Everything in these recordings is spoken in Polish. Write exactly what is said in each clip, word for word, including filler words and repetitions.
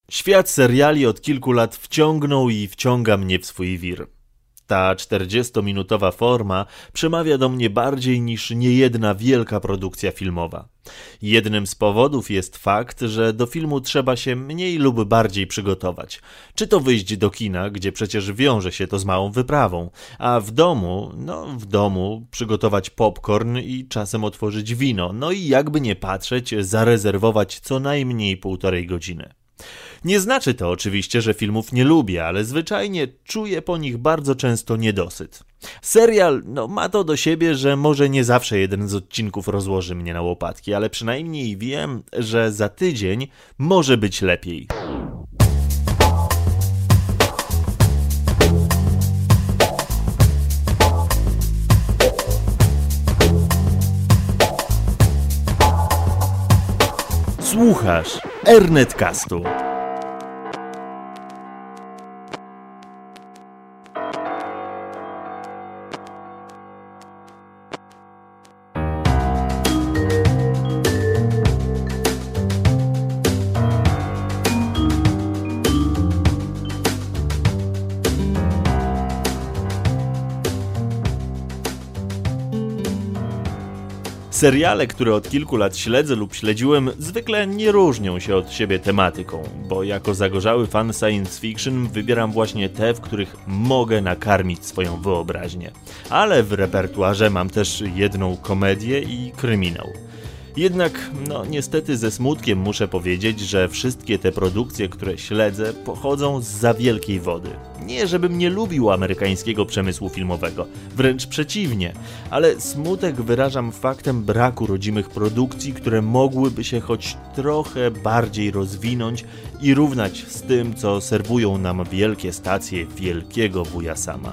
Świat seriali od kilku lat wciągnął i wciąga mnie w swój wir. Ta czterdziestominutowa forma przemawia do mnie bardziej niż niejedna wielka produkcja filmowa. Jednym z powodów jest fakt, że do filmu trzeba się mniej lub bardziej przygotować. Czy to wyjść do kina, gdzie przecież wiąże się to z małą wyprawą, a w domu, no w domu przygotować popcorn i czasem otworzyć wino, no i jakby nie patrzeć, zarezerwować co najmniej półtorej godziny. Nie znaczy to oczywiście, że filmów nie lubię, ale zwyczajnie czuję po nich bardzo często niedosyt. Serial no, ma to do siebie, że może nie zawsze jeden z odcinków rozłoży mnie na łopatki, ale przynajmniej wiem, że za tydzień może być lepiej. Słuchasz Ernetcastu. Seriale, które od kilku lat śledzę lub śledziłem, zwykle nie różnią się od siebie tematyką, bo jako zagorzały fan science fiction wybieram właśnie te, w których mogę nakarmić swoją wyobraźnię. Ale w repertuarze mam też jedną komedię i kryminał. Jednak, no niestety ze smutkiem muszę powiedzieć, że wszystkie te produkcje, które śledzę, pochodzą zza wielkiej wody. Nie, żebym nie lubił amerykańskiego przemysłu filmowego, wręcz przeciwnie, ale smutek wyrażam faktem braku rodzimych produkcji, które mogłyby się choć trochę bardziej rozwinąć i równać z tym, co serwują nam wielkie stacje wielkiego wuja Sama.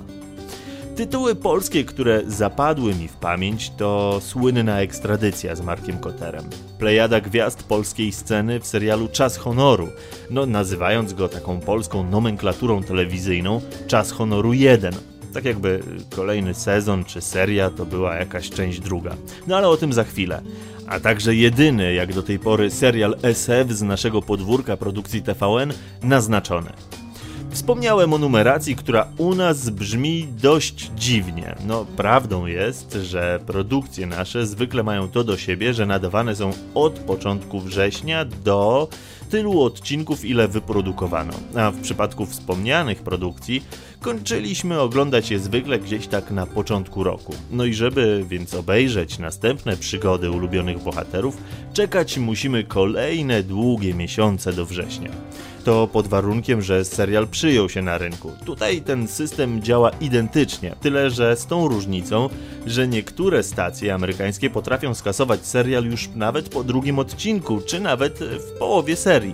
Tytuły polskie, które zapadły mi w pamięć, to Słynna ekstradycja z Markiem Koterem, plejada gwiazd polskiej sceny w serialu Czas Honoru, no nazywając go taką polską nomenklaturą telewizyjną Czas Honoru jeden. Tak jakby kolejny sezon czy seria to była jakaś część druga. No ale o tym za chwilę. A także jedyny jak do tej pory serial S F z naszego podwórka produkcji T V N naznaczony. Wspomniałem o numeracji, która u nas brzmi dość dziwnie. No, prawdą jest, że produkcje nasze zwykle mają to do siebie, że nadawane są od początku września do tylu odcinków, ile wyprodukowano. A w przypadku wspomnianych produkcji kończyliśmy oglądać je zwykle gdzieś tak na początku roku. No i żeby więc obejrzeć następne przygody ulubionych bohaterów, czekać musimy kolejne długie miesiące do września. To pod warunkiem, że serial przyjął się na rynku. Tutaj ten system działa identycznie, tyle że z tą różnicą, że niektóre stacje amerykańskie potrafią skasować serial już nawet po drugim odcinku, czy nawet w połowie serii.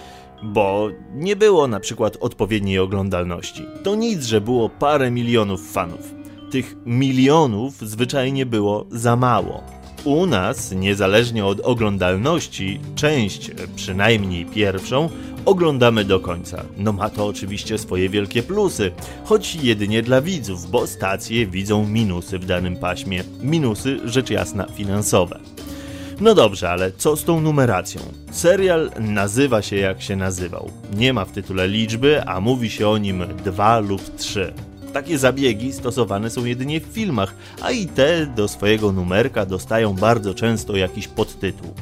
Bo nie było na przykład odpowiedniej oglądalności. To nic, że było parę milionów fanów. Tych milionów zwyczajnie było za mało. U nas, niezależnie od oglądalności, część, przynajmniej pierwszą, oglądamy do końca. No ma to oczywiście swoje wielkie plusy, choć jedynie dla widzów, bo stacje widzą minusy w danym paśmie. Minusy, rzecz jasna, finansowe. No dobrze, ale co z tą numeracją? Serial nazywa się jak się nazywał. Nie ma w tytule liczby, a mówi się o nim dwa lub trzy. Takie zabiegi stosowane są jedynie w filmach, a i te do swojego numerka dostają bardzo często jakiś podtytuł.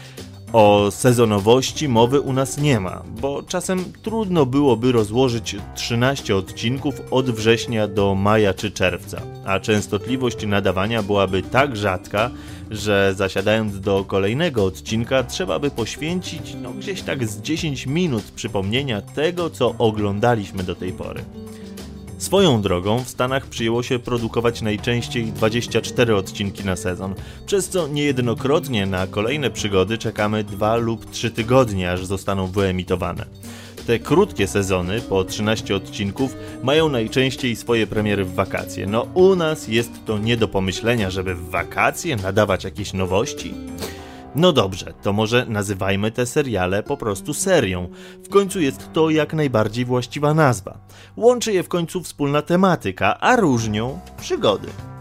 O sezonowości mowy u nas nie ma, bo czasem trudno byłoby rozłożyć trzynaście odcinków od września do maja czy czerwca, a częstotliwość nadawania byłaby tak rzadka, że zasiadając do kolejnego odcinka trzeba by poświęcić no gdzieś tak z dziesięć minut przypomnienia tego, co oglądaliśmy do tej pory. Swoją drogą w Stanach przyjęło się produkować najczęściej dwadzieścia cztery odcinki na sezon, przez co niejednokrotnie na kolejne przygody czekamy dwa lub trzy tygodnie, aż zostaną wyemitowane. Te krótkie sezony, po trzynaście odcinków, mają najczęściej swoje premiery w wakacje. No u nas jest to nie do pomyślenia, żeby w wakacje nadawać jakieś nowości. No dobrze, to może nazywajmy te seriale po prostu serią. W końcu jest to jak najbardziej właściwa nazwa. Łączy je w końcu wspólna tematyka, a różnią przygody.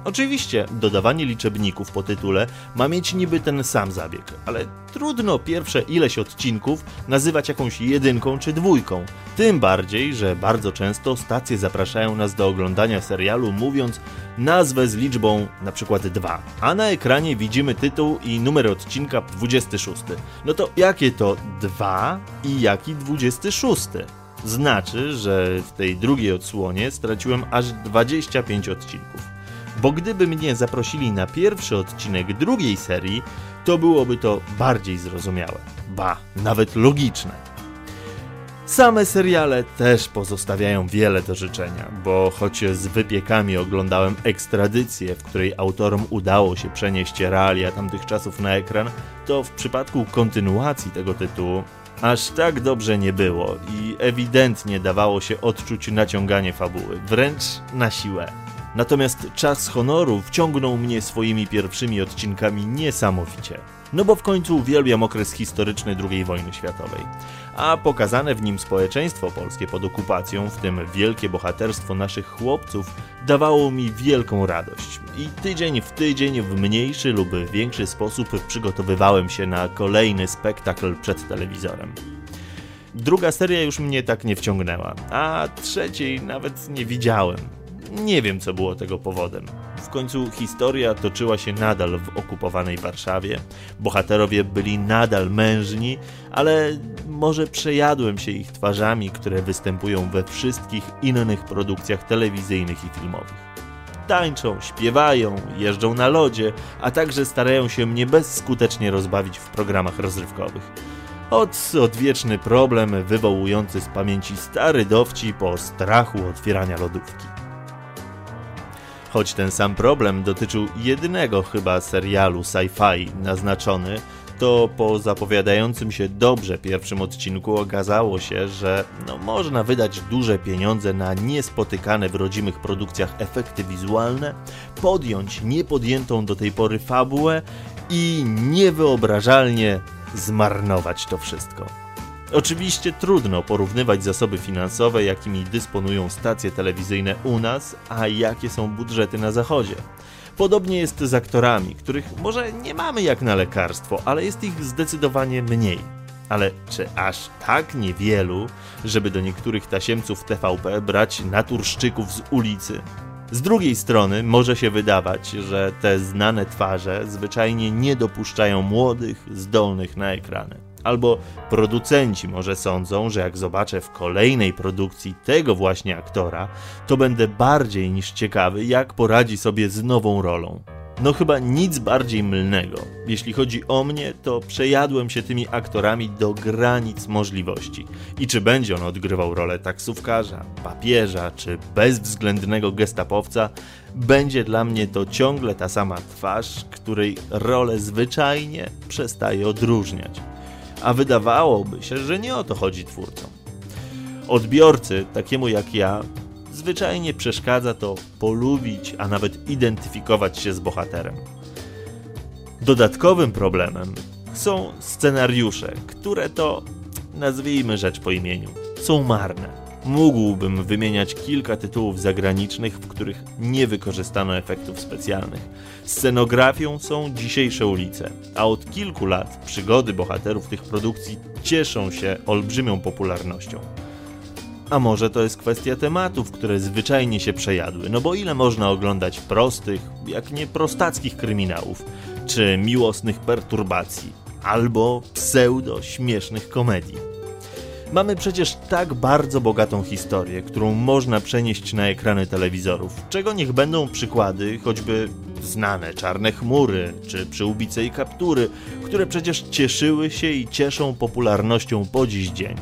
Oczywiście dodawanie liczebników po tytule ma mieć niby ten sam zabieg, ale trudno pierwsze ileś odcinków nazywać jakąś jedynką czy dwójką. Tym bardziej, że bardzo często stacje zapraszają nas do oglądania serialu mówiąc nazwę z liczbą na przykład dwa, a na ekranie widzimy tytuł i numer odcinka dwudziesty szósty. No to jakie to dwa i jaki dwudziesty szósty? Znaczy, że w tej drugiej odsłonie straciłem aż dwadzieścia pięć odcinków. Bo gdyby mnie zaprosili na pierwszy odcinek drugiej serii, to byłoby to bardziej zrozumiałe. Ba, nawet logiczne. Same seriale też pozostawiają wiele do życzenia, bo choć z wypiekami oglądałem ekstradycję, w której autorom udało się przenieść realia tamtych czasów na ekran, to w przypadku kontynuacji tego tytułu aż tak dobrze nie było i ewidentnie dawało się odczuć naciąganie fabuły, wręcz na siłę. Natomiast Czas honoru wciągnął mnie swoimi pierwszymi odcinkami niesamowicie. No bo w końcu uwielbiam okres historyczny drugiej wojny światowej. A pokazane w nim społeczeństwo polskie pod okupacją, w tym wielkie bohaterstwo naszych chłopców, dawało mi wielką radość. I tydzień w tydzień w mniejszy lub większy sposób przygotowywałem się na kolejny spektakl przed telewizorem. Druga seria już mnie tak nie wciągnęła, a trzeciej nawet nie widziałem. Nie wiem, co było tego powodem. W końcu historia toczyła się nadal w okupowanej Warszawie, bohaterowie byli nadal mężni, ale może przejadłem się ich twarzami, które występują we wszystkich innych produkcjach telewizyjnych i filmowych. Tańczą, śpiewają, jeżdżą na lodzie, a także starają się mnie bezskutecznie rozbawić w programach rozrywkowych. Od odwieczny problem wywołujący z pamięci stary dowcip o strachu otwierania lodówki. Choć ten sam problem dotyczył jedynego chyba serialu sci-fi naznaczony, to po zapowiadającym się dobrze pierwszym odcinku okazało się, że no, można wydać duże pieniądze na niespotykane w rodzimych produkcjach efekty wizualne, podjąć niepodjętą do tej pory fabułę i niewyobrażalnie zmarnować to wszystko. Oczywiście trudno porównywać zasoby finansowe, jakimi dysponują stacje telewizyjne u nas, a jakie są budżety na zachodzie. Podobnie jest z aktorami, których może nie mamy jak na lekarstwo, ale jest ich zdecydowanie mniej. Ale czy aż tak niewielu, żeby do niektórych tasiemców T V P brać naturszczyków z ulicy? Z drugiej strony może się wydawać, że te znane twarze zwyczajnie nie dopuszczają młodych, zdolnych na ekrany. Albo producenci może sądzą, że jak zobaczę w kolejnej produkcji tego właśnie aktora, to będę bardziej niż ciekawy, jak poradzi sobie z nową rolą. No chyba nic bardziej mylnego. Jeśli chodzi o mnie, to przejadłem się tymi aktorami do granic możliwości. I czy będzie on odgrywał rolę taksówkarza, papieża czy bezwzględnego gestapowca, będzie dla mnie to ciągle ta sama twarz, której rolę zwyczajnie przestaje odróżniać. A wydawałoby się, że nie o to chodzi twórcom. Odbiorcy, takiemu jak ja, zwyczajnie przeszkadza to polubić, a nawet identyfikować się z bohaterem. Dodatkowym problemem są scenariusze, które to, nazwijmy rzecz po imieniu, są marne. Mógłbym wymieniać kilka tytułów zagranicznych, w których nie wykorzystano efektów specjalnych. Scenografią są dzisiejsze ulice, a od kilku lat przygody bohaterów tych produkcji cieszą się olbrzymią popularnością. A może to jest kwestia tematów, które zwyczajnie się przejadły, no bo ile można oglądać prostych, jak nie prostackich kryminałów, czy miłosnych perturbacji, albo pseudo-śmiesznych komedii. Mamy przecież tak bardzo bogatą historię, którą można przenieść na ekrany telewizorów, czego niech będą przykłady choćby znane Czarne chmury, czy Przyłbice i kaptury, które przecież cieszyły się i cieszą popularnością po dziś dzień.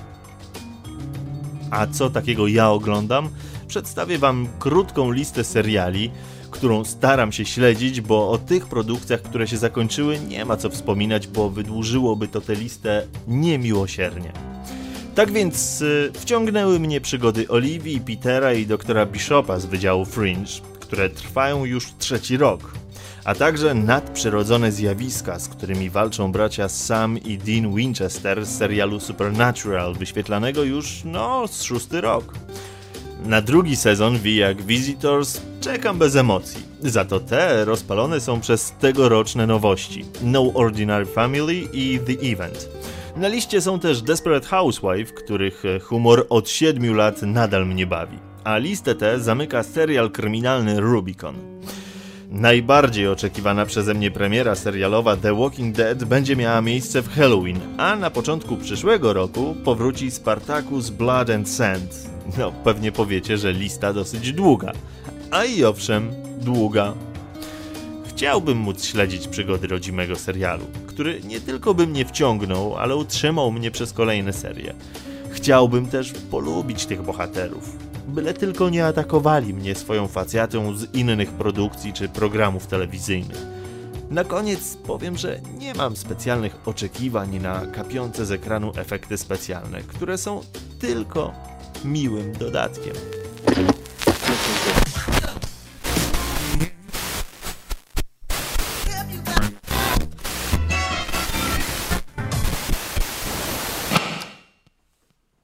A co takiego ja oglądam? Przedstawię wam krótką listę seriali, którą staram się śledzić, bo o tych produkcjach, które się zakończyły, nie ma co wspominać, bo wydłużyłoby to tę listę niemiłosiernie. Tak więc y, wciągnęły mnie przygody Oliwii, Petera i doktora Bishopa z Wydziału Fringe, które trwają już trzeci rok, a także nadprzyrodzone zjawiska, z którymi walczą bracia Sam i Dean Winchester z serialu Supernatural, wyświetlanego już, no, z szósty rok. Na drugi sezon V jak Visitors czekam bez emocji. Za to te rozpalone są przez tegoroczne nowości No Ordinary Family i The Event. Na liście są też Desperate Housewife, których humor od siedmiu lat nadal mnie bawi, a listę tę zamyka serial kryminalny Rubicon. Najbardziej oczekiwana przeze mnie premiera serialowa The Walking Dead będzie miała miejsce w Halloween, a na początku przyszłego roku powróci Spartacus Blood and Sand. No, pewnie powiecie, że lista dosyć długa. A i owszem, długa. Chciałbym móc śledzić przygody rodzimego serialu, który nie tylko by mnie wciągnął, ale utrzymał mnie przez kolejne serie. Chciałbym też polubić tych bohaterów, byle tylko nie atakowali mnie swoją facjatą z innych produkcji czy programów telewizyjnych. Na koniec powiem, że nie mam specjalnych oczekiwań na kapiące z ekranu efekty specjalne, które są tylko miłym dodatkiem.